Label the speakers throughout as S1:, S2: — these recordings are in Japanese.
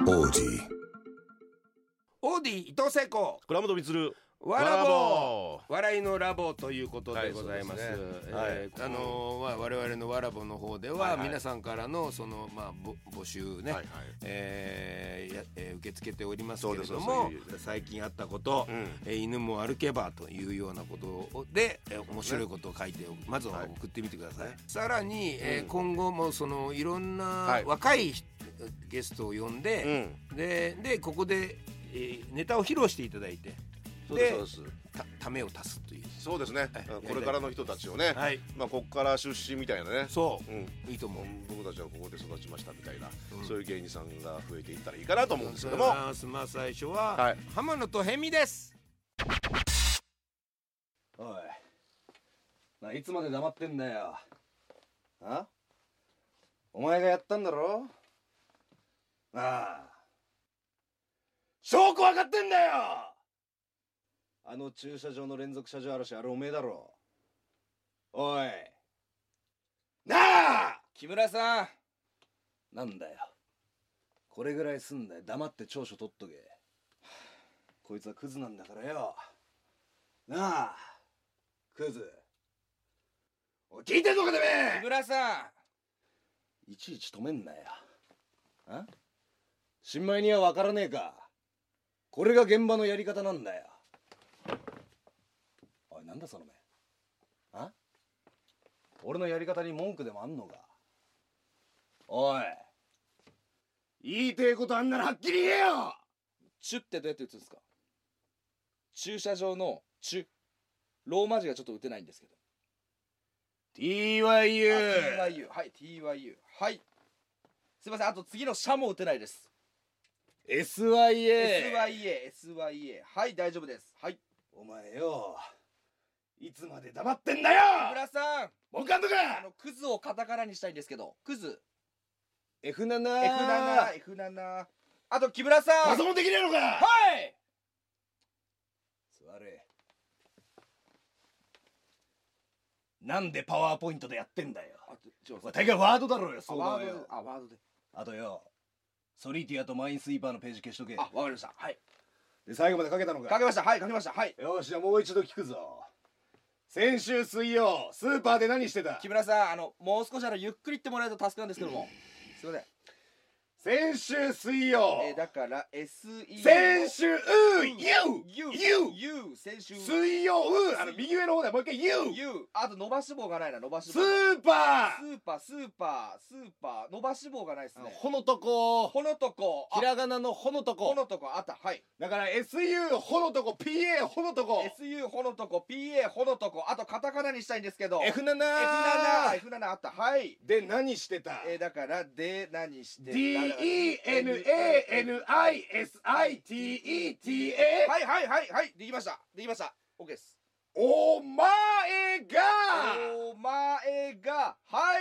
S1: オーディ
S2: オーディ伊藤聖子
S3: 倉本充
S2: わらぼ笑いのラボということでございます。我々のわらぼの方では皆さんからのその募集ね、受け付けておりますけれども、最近あったこと、犬も歩けばというようなことで面白いことを書いてまずは送ってみてください。さらに今後もそのいろんな若いゲストを呼んで、でここでネタを披露していただいて、でためを足すという。
S3: そうですね、これからの人たちをね、ここから出身みたいなね、
S2: そういいと思う。
S3: 僕たちはここで育ちましたみたいな、そういう芸人さんが増えていったらいいかなと思うんですけども、
S2: 最初は浜野とヘミです。
S4: おい、いつまで黙ってんだよ。あ、お前がやったんだろ。ああ、証拠分かってんだよ。あの駐車場の連続車上荒らし、あれおめえだろ。おいなあ、木村さん、なんだよ、これぐらいすんだよ。黙って調書取っとけ。こいつはクズなんだからよ。なあクズ、おい聞いてんのかてめえ。木村さん、いちいち止めんなよ。あ、新米には分からねえか。これが現場のやり方なんだよ。おい、なんだその目。あ、俺のやり方に文句でもあんのか。おい、言いてえことあんならはっきり言えよ。
S5: チュってどうやって打つんですか。駐車場のチュ、ローマ字がちょっと打てないんですけど。
S4: TYU。
S5: TYU、 はい TYU、 はい、すいません。あと次のシャも打てないです。
S4: SYA。
S5: SYA、 はい大丈夫です。はい。
S4: お前よ、いつまで黙ってんだよ。
S5: 木村さん、
S4: 文句あんのか。
S5: クズをカタカナにしたいんですけど、クズ
S4: F7。
S5: F7。 あと木村さん、
S4: パソコンできねえのか。
S5: はい、
S4: 座れ。なんでパワーポイントでやってんだよ。大概ワードだろうよ。そうだよ。
S5: ワードで。
S4: あとよ、ソリティアとマインスイーパーのページ消しとけ。
S5: あ、わかりました。はい。
S4: で最後まで書けたのか。
S5: 書けました。はい、書けました。はい。
S4: よし、じゃあもう一度聞くぞ。先週水曜スーパーで何してた。
S5: 木村さん、もう少しゆっくり言ってもらえると助かるんですけども、すいません。
S4: 先週水曜、
S5: だから SE、
S4: 先週
S5: 先週
S4: 水曜、右上の方だよ。もう一回 U。
S5: あと伸ばし棒がないな。伸ばし棒。
S4: スーパ
S5: ー伸ばし棒がないですね。
S4: ほのとこ。
S5: ほのとこ。
S4: ひらがなのほのとこ。
S5: ほのとこあった。はい。
S4: だから SU ほのとこ PA ほのとこ
S5: SU ほのとこ PA ほのとこ。あとカタカナにしたいんですけど
S4: F7
S5: あった。はい。
S4: で何してた。
S5: だからで何してた。
S4: DENANISITETA。
S5: はいできました。OK です。
S4: お前が
S5: はい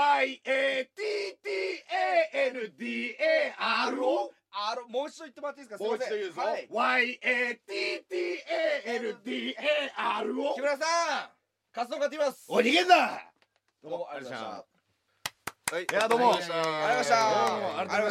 S4: YATTANDAR。
S5: もう一度言ってもらっていいですか。
S4: もう一度言うぞ。 YATTANDAR。
S5: 木村さん、カツ丼買ってきます。
S4: おい、逃げんな。
S5: どうもありがとうございました。
S3: はい、
S4: いや、どうも
S5: ありがとうございました。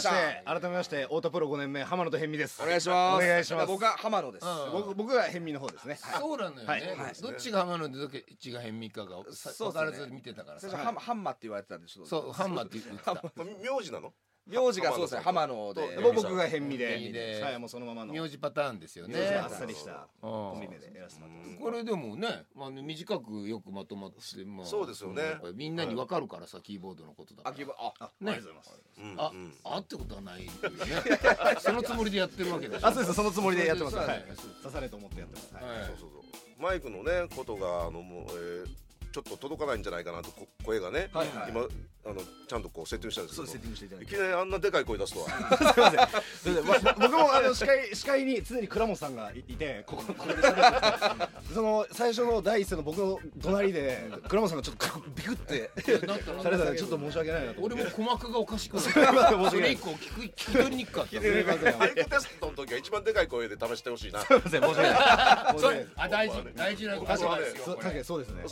S4: 改めまして太田プロ5年目浜野とヘンミです。
S5: お願いします。
S4: お願いします。
S5: 僕は浜野です。
S4: 僕がヘンミの方ですね。
S2: そうなのよね。どっちが浜野でどっちがヘンミかが分からず見てたからさ。
S5: ハンマって言われてたんでしょ。
S2: そう、ハンマって言ってた。
S3: 名字なの。
S5: 名字がそうですね、浜野で。
S4: 僕がヘンミで、はい、もうそのままの
S2: 名字パターンですよね。
S4: あっさりしたコンビ名でやらせてもらってます。
S2: これでもね、短くよくまとまって、
S3: そうですよね。
S2: みんなに分かるからさ、キーボードのことだから。
S4: ありがとうございます。
S2: あってことはないよね。そのつもりでやってるわけでしょ。
S4: あ、そうです、そのつもりでやってます。刺されと思ってやってます。
S3: そうマイクのねことがちょっと届かないんじゃないかなと声がね、今ちゃんとこうセッティングしたんですけど、
S4: セッティングしていただいて、
S3: いきなりあんなでかい声出すとは。
S4: すいません。僕も司会に常に倉本さんがいて、ここで喋ってその最初の第一声の僕の隣で倉本さんがちょっとビクってされたらちょっと申し訳ないなと。
S2: 俺も鼓膜がおかしくなる。それ以降聞き取りにくかった。
S3: マイクテストの時は一番でかい声で試してほしいな。
S4: すいません、申し訳ない。
S2: 大事なことですよ。
S4: 確かにそうですね。
S3: そうやとね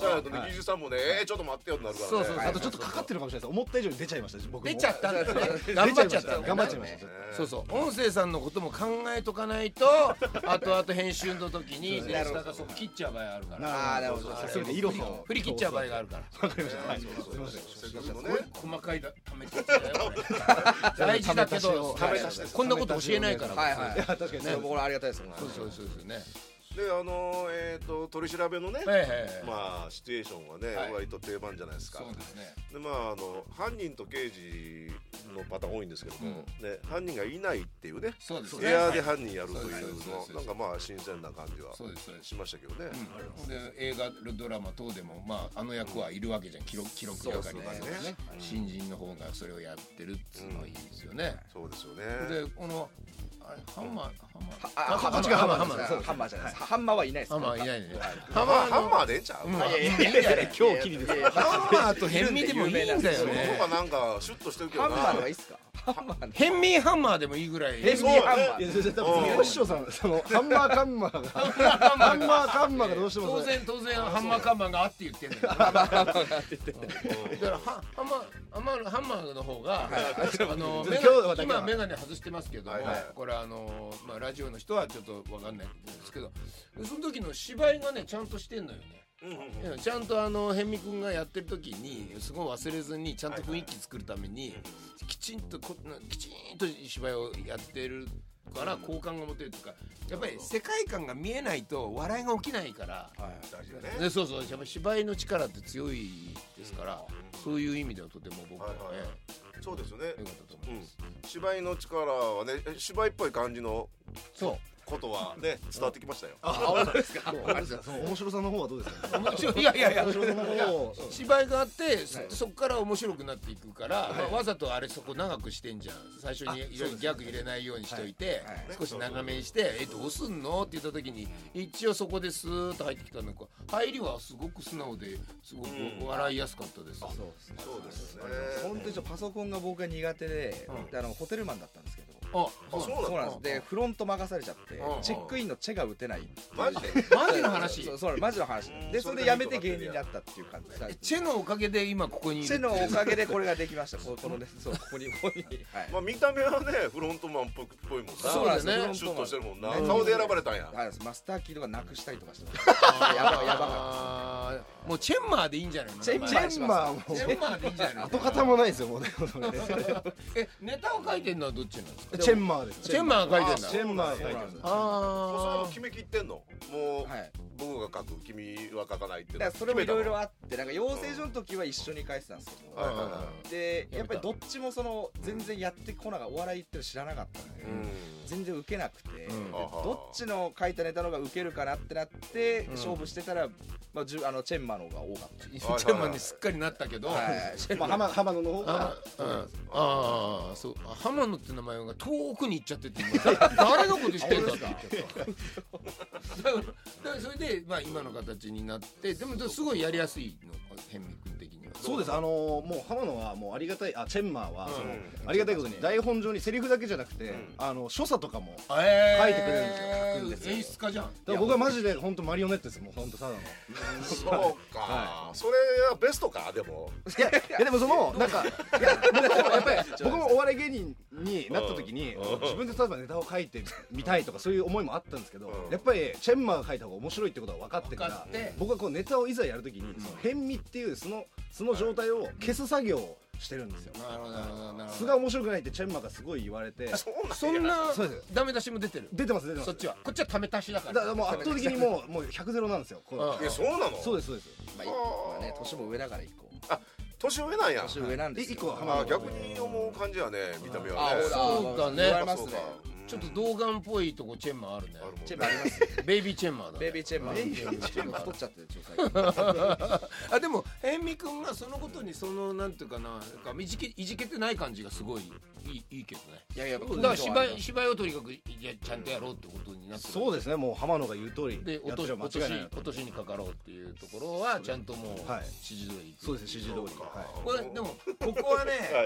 S3: 技術さんもねちょっと待ってよってなるからね。
S4: そうあとちょっとかかってるかもしれないです。思った以上に出ちゃいました僕も。
S2: 出ちゃったんですね。頑張っちゃった。
S4: 頑張っちゃいました。
S2: そうそう、音声さんのことも考えとかないと後々編集の時にデータがそう切っちゃう場合あるから。
S5: なるほど。
S4: それで色を
S2: 振り切っちゃう場合があるから。
S4: わかりました。すみません。
S2: 細かいためて大事だけどこんなこと教えないから。
S5: はいはい。確かにそれもこれありがたいですもんね。
S2: そうですよね。
S3: で取り調べのねまあシチュエーションはね割と定番じゃないですか。
S2: そうですね。
S3: でまあ犯人と刑事のパターン多いんですけどもね、犯人がいないっていうね、エアーで犯人やるというのなんかまあ新鮮な感じはしましたけどね。
S2: で映画ドラマ等でもまあ役はいるわけじゃん、記録係ね。新人の方がそれをやってるっていうのはいいですよね。
S3: そうですよね。
S2: でこのハンマー
S5: ハンマーじゃないです。ハンマーはいないです。
S2: ハンマーいないね。
S3: ハンマーでええんちゃう？
S2: いや今日きりです。ハンマーとヘンミでもいいんだよね。
S3: そこがなんかシュッとしてるけどな。
S5: ハンマーはいいっすか？
S2: ヘンミハンマーでもいいぐらい。
S5: ヘンミハンマー。
S4: いや多分師匠さんそのハンマーカンマーがハンマーカンマーがどうしても
S2: 当然ハンマーカンマーがあって言ってんだよ。
S5: ハンマーがあって言って。
S2: だからハンマーの方が今メガネ外してますけども、これまあラジオの人はちょっとわかんないんですけど、その時の芝居がねちゃんとしてんのよね。ちゃんとヘンミ君がやってる時にすごい忘れずにちゃんと雰囲気作るためにきちんと芝居をやってるから好感が持てるとか、やっぱり世界観が見えないと笑いが起きないから、そうそう、やっぱり芝居の力って強いですから、そういう意味ではとても僕はね
S3: そうですよね。
S2: よかったと思います。
S3: 芝居の力はね、芝居っぽい感じのことはね伝わってきましたよ。
S5: 本当ですか？
S4: 面白さの方はどうですか？
S2: いや芝居があってそこから面白くなっていくから、わざとあれそこ長くしてんじゃん。最初にいろいろギャグ入れないようにしといて少し長めにしてどうすんのって言った時に一応そこでスーッと入ってきたのか、入りはすごく素直ですごく笑いやすかったです。
S3: そうですね。
S5: 本当にパソコンが僕が苦手でホテルマンだったんですけど。
S3: そう
S5: なんです。でフロント任されちゃってチェックインのチェが打てない。
S2: マジの話？
S5: そうマジの話で、それでやめて芸人になったっていう感じ。
S2: チェのおかげで今ここにいる。
S5: チェのおかげでこれができました。こここに
S3: まあ見た目はねフロントマンっぽいもんな。
S2: そうですね。
S3: シュッとしてるもんな。顔で選ばれたんや。
S5: マスターキーとかなくしたりとかしてました。やばかった。
S2: もうチェンマーでいいんじゃないの？
S5: チェンマ
S2: ーでいいんじゃないの？
S4: 跡形もないですよもうね。
S2: ネタを書いてるのはどっちなんですか？
S4: チェンマーです。
S2: チェンマーが書いてるんだ。
S4: チェンマーが書いてる。
S3: それ決めきってんの？もう僕が書く、君は書かないって。
S5: それもいろいろあって、なんか養成所の時は一緒に書いてたんですけど、でやっぱりどっちも全然やってこなかった、お笑いって知らなかったので全然受けなくて、どっちの書いたネタの方が受けるかなってなって勝負してたら、チェンマの方が多かった。
S2: チェンマにすっかりなったけど、
S4: 浜野の方が
S2: そう、浜野って名前が遠くに行っちゃってて誰のこと知ってんだって言っちゃった。それで今の形になって、でもすごいやりやすいの、ヘンミ君的には。
S4: そうです。もう浜野はもうありがたい、チェンマーはありがたいことに台本上にセリフだけじゃなくて所作とかも書いてくれるんですよ。
S2: 演出家じゃん。
S4: 僕はマジで本当マリオネットです。もう本当ただの。
S3: そうか。それはベストか。でも
S4: いやでもなんかやっぱり僕もお笑い芸人になった時に自分で例えばネタを書いてみたいとかそういう思いもあったんですけど、やっぱりチェンマーが書いた方が面白いってことは分かってから、僕はこうネタをいざやる時にヘンミっていうその状態を消す作業をしてるんですよ。
S2: なるほど。
S4: 素が面白くないってチェンマーがすごい言われて、
S2: そんなダメ出しも出てる。
S4: 出てます。
S2: そっちは、こっちはため足しだから。
S4: だからもう圧倒的にもう100-0なんですよ。
S3: そうなの？
S4: そうです。
S5: 年も上だから1個。
S3: 年上なんや。
S5: 年上なんです。
S4: 1個
S3: 逆に思う感じはね、見た目はね。
S2: そうだね。
S5: 言われますね。
S2: ちょっと童顔っぽいとこチェンマーあるね。
S5: チェンマーあります。
S2: ベイビーチェンマーだ。
S5: ベイビーチェンマー。太っちゃってる状態。
S2: でもヘンミ君がそのことになんていうかな、いじけてない感じがすごいいいけどね。
S5: いや
S2: だから芝居をとにかくちゃんとやろうってことになってる。
S4: そうですね。もう浜野が言う通り
S2: で落としにかかろうっていうところはちゃんともう指示通り。
S4: そうです。指示通り。
S2: これでもここはね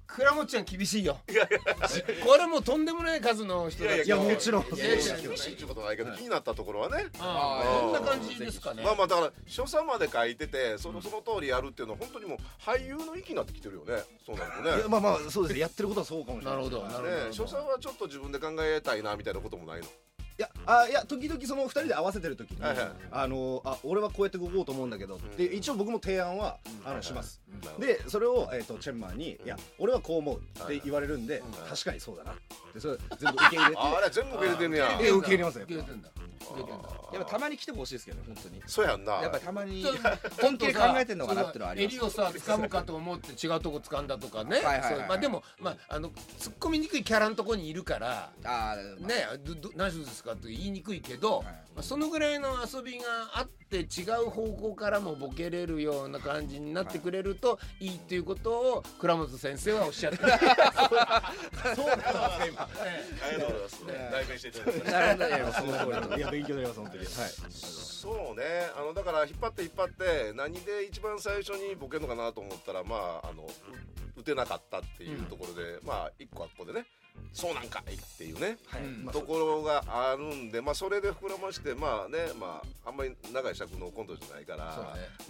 S2: 倉本ちゃん厳しいよ。これもうとんでもない数の人たち。
S5: いやもちろん
S3: 厳しいってことはないけど、気になったところはね。
S2: こんな感じですかね。
S3: まあだから所作まで書いてて、その通りやるっていうのは本当にもう俳優の域になってきてるよね。そうなるとね。
S4: まあそうです。やってることはそうかもしれない。
S2: なるほど。
S3: 所作はちょっと自分で考えたいなみたいなこともないの？
S4: いや時々その2人で合わせてる時に俺はこうやって動こうと思うんだけどで一応僕も提案はします。でそれをチェンマーにいや俺はこう思うって言われるんで確かにそうだなでそれ全部受け入れて
S3: あれ全部受け入れてんねや。
S4: 受け入れますよ。
S5: やっぱたまに来てほしいですけど本当に。
S3: そうやんな。
S5: やっぱたまに本気で考えてんのかなってのはあります。
S2: 襟をさ掴むかと思って違うとこ掴んだとかね。まあでも突っ込みにくいキャラのとこにいるからね何時ですかって言いにくいけどそのぐらいの遊びがあって違う方向からもボケれるような感じになってくれるといいっていうことを倉本先生はおっしゃってる。そうだ今。
S3: ありがとうございます。代弁していただきました。
S4: いや勉強になります本当に。
S3: そうね。だから引っ張って何で一番最初にボケるのかなと思ったら打てなかったっていうところで一個あっこでね。そうなんかいっていうね、ところがあるんで、それで膨らましてあんまり長い尺のコントじゃないから、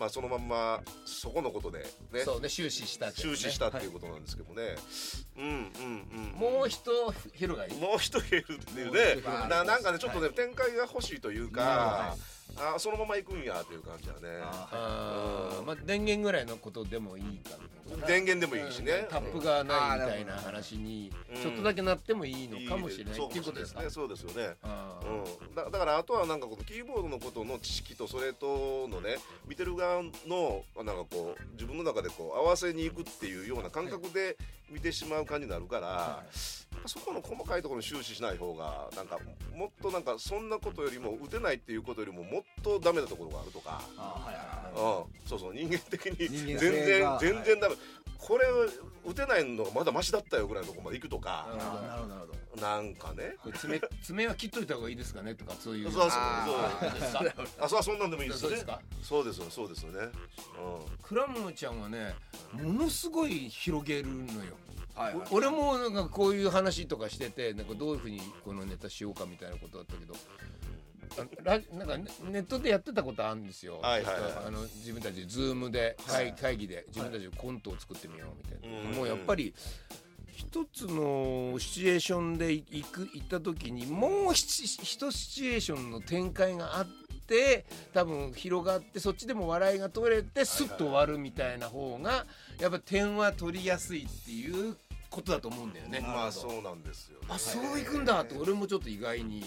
S3: そのまんまそこのことでね、
S2: そうね終始したって
S3: いうことなんですけどね。
S2: もう一広がいい。
S3: もう一減るっていうね、なんかねちょっとね展開が欲しいというか。そのまま行くんやという感じだね。
S2: 電源ぐらいのことでもいいかな。
S3: 電源でもいいしね。
S2: タップがないみたいな話にちょっとだけなってもいいのかもしれないっていうことですか。
S3: そうですよね。だからあとはなんかこのキーボードのことの知識とそれとのね見てる側のなんかこう自分の中でこう合わせに行くっていうような感覚で見てしまう感じになるから。そこの細かいところに終始しない方がなんかもっとなんかそんなことよりも打てないっていうことよりももっとダメなところがあるとか、そう人間的に全然ダメ。これ打てないのがまだマシだったよぐらいのところまで行くとか。なんかね。
S2: 爪は切っといた方がいいですかねとかそういう。
S3: そうそんなんでもいいですね。そうですよね。
S2: 倉本ちゃんはねものすごい広げるのよ。俺もなんかこういう話とかしててなんかどういうふうにこのネタしようかみたいなことだったけどなんかネットでやってたことあるんですよ。自分たちでズームで会議で自分たちでコントを作ってみようみたいな。もうやっぱり一つのシチュエーションで行った時にもう一シチュエーションの展開があって多分広がってそっちでも笑いが取れてスッと終わるみたいな方がやっぱ点は取りやすいっていうことだと思うんだよね。
S3: そうなんですよ。
S2: そういくんだって俺もちょっと意外に。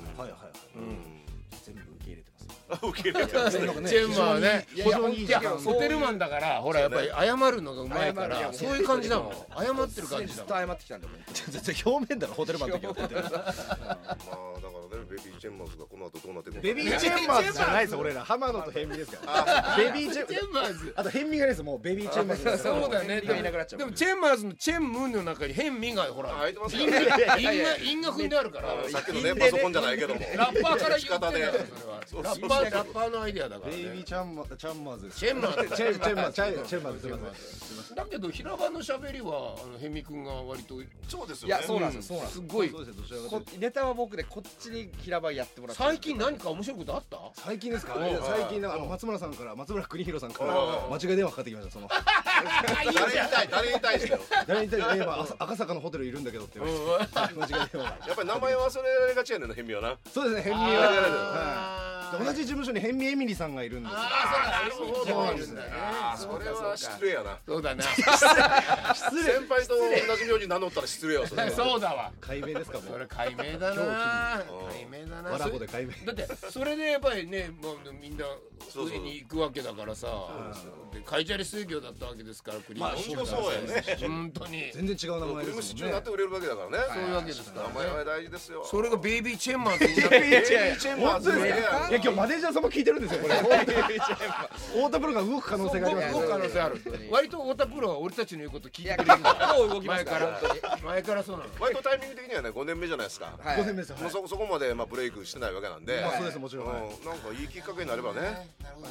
S5: 全部受け入れてます。
S3: 受け入れてます。
S2: チェンマーね。ホテルマンだからほらやっぱり謝るのがうまいからそういう感じだもん。謝ってる感じだもん。
S5: ずっと謝ってきたんだもん。
S4: 全然表面だろホテルマンの時は。
S3: だからねベビーチェンマーズがこの後どうなっていくのか。
S4: ベビーチェンマーズじゃないです俺ら浜野と辺見ですから。ベビーチェンマーズ。あと辺見がですもうベビーチェンマーズ。
S2: そうだね。でもチェンマーズのチェンムーンの中に辺見がほら韻が踏んであるから。
S3: さっきのねパソコンじゃないけども。
S2: ラッパーから言ってんだよそれは。ラッパーのアイデアだからね。
S4: ベイビーチェンマーズです。
S2: チェンマーズ。
S4: チェンマーズ。
S2: だけど平場の喋りは辺見くんが割と
S3: そうですよね。
S5: いやそうなんですよ。
S2: すごい。
S5: ネタは僕でこっちに平場やってもらって。
S2: 最近何か面白いことあった？
S4: 最近ですか？最近松村邦弘さんから間違い電話かかってきました。
S3: 誰に対してよ。
S4: 誰に対して赤坂のホテルいるんだけどって間違い電話。
S3: やっぱり名前忘れられがちやねんな辺見はな。
S4: そうですね辺見は。同じ事務所に辺見エミリさんがいるんですよ。
S2: そうなんですね。
S3: それは失礼やな。
S2: そうだな。
S3: 先輩と同じ名字名乗ったら失礼よ。
S2: そうだわ。
S4: 解明ですかもう。
S2: それ解明だな。解明だな。
S4: わらぼで解明。
S2: だってそれでやっぱりねみんな上に行くわけだからさ。会社水業だったわけですからクリームシチュー。
S3: そうやね。
S2: 本当に。
S4: 全然違う名前ですもんね。
S3: クリームシチューになって売れるわけだからね。
S2: そういうわけですから。
S3: 名前は大事ですよ。
S2: それがベイビーチェンマーズになって。
S3: ベイビーチェンマーズ。
S4: 今日マネージャーさんも聞いてるんですよこれ。太田プロが動く可能性があります。
S2: 動く可能性ある。割と太田プロは俺たちの言うこと聞いてくれるんだ。
S5: もう動きますから
S2: 前からそうなの。
S3: 割とタイミング的にはね5年目じゃないですか。
S4: 5年目ですよ。
S3: もうそこまでブレイクしてないわけなんで。
S4: そうですもちろん。
S3: なんかいいきっかけになればね。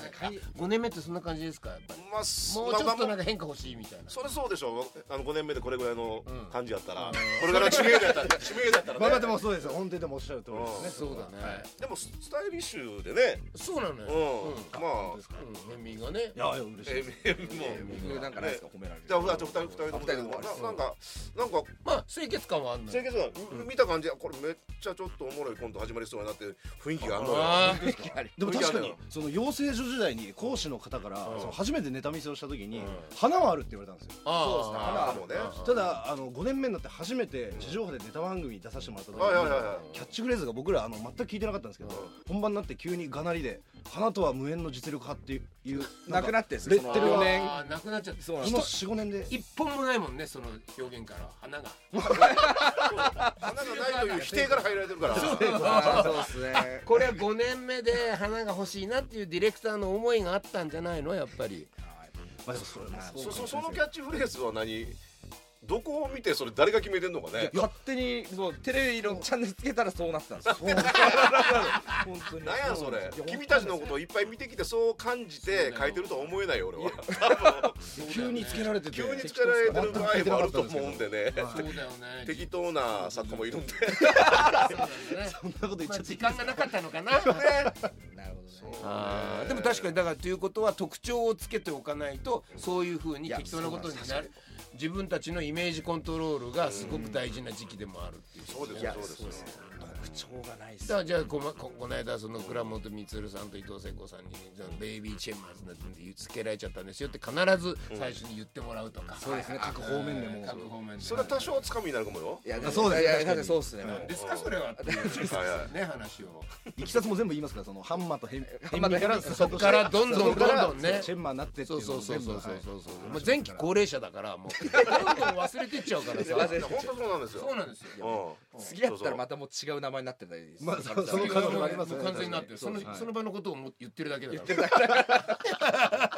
S2: 5年目ってそんな感じですか。やっぱり
S3: まあ
S2: もうちょっとなんか変化欲しいみたいな。
S3: それそうでしょ。5年目でこれぐらいの感じやったら、これから知名度やったらね。
S4: まあでもそうですよ。本当にでもおっしゃる通りですね。
S2: そうだね。
S3: でもスタイリッシュでね。
S2: そうなのよ。
S3: まあ
S2: ヘミがね。
S4: いや嬉しい。
S5: 僕なんかないですか褒められる。
S3: じゃあ2人ともなんか
S2: まあ清潔感はあんのよ。
S3: 清潔感見た感じこれめっちゃちょっとおもろいコント始まりそうやなって雰囲気があるのよ。
S4: でも確かにその養成所時代に講師の方から初めてネタ見せをした時に花はあるって言われたんですよ。
S5: そうですね。
S3: 花もね。
S4: ただ5年目になって初めて地上波でネタ番組に出させてもらった時にキャッチフレーズが僕ら全く聞いてなかったんですけど、本番になって急にがなりで花とは無縁の実力派っていう
S5: なくなって
S4: レッテル
S2: がなくなっちゃって、
S5: そうなん
S4: この 4,5 年で
S2: 一本もないもんね、その表現から花が
S3: 花がないという否定から入られてるから
S5: そうですね。
S2: これは5年目で花が欲しいなっていうディレクターの思いがあったんじゃないの、やっぱり。
S3: そのキャッチフレーズは何、どこを見てそれ誰が決めてんのかね。
S5: 勝手にそうテレビのチャンネルつけたらそうなってたんですよ。本当に。
S3: なんやそれ。君たちのことをいっぱい見てきてそう感じて書いてるとは思えないよ俺は。
S4: 急につけられてて
S3: 急につけられてる場合もあると思うんでね。
S2: そうだよね。
S3: 適当な作家もいるんで。
S4: そんなこと言っちゃって
S2: 時間がなかったのかな。
S5: なるほどね。
S2: でも確かにだからということは特徴をつけておかないとそういう風に適当なことになる。自分たちのイメージコントロールがすごく大事な時期でもあるっていう。
S3: そうですそうです。
S5: 特徴がないっす。
S2: じゃあこの間その倉本光さんと伊藤聖子さんにベイビーチェンマーズなんてつけられちゃったんですよって必ず最初に言ってもらうとか。
S4: そうですね、各方面でも
S2: 各方面で。
S3: それは多少つかみになるかもよ。
S5: いや
S4: そうですね。
S5: 確かにそうっすね。
S2: ですかそれはっていうね話を。
S4: いきさつも全部言いますから、そのハンマーとヘン
S5: マーと
S4: から
S2: そこからどんどんね
S4: チェンマーになってっていうのを全部。
S2: そう前期高齢者だからもうどんどん忘れてっちゃうからさ。
S3: 本当そうなんですよ。
S2: そうなんですよ。
S5: 次やったらまたもう違う名前になってたり。
S4: まあその可能性もありますね。
S2: 完全になってる。その場のことを言ってるだけだから。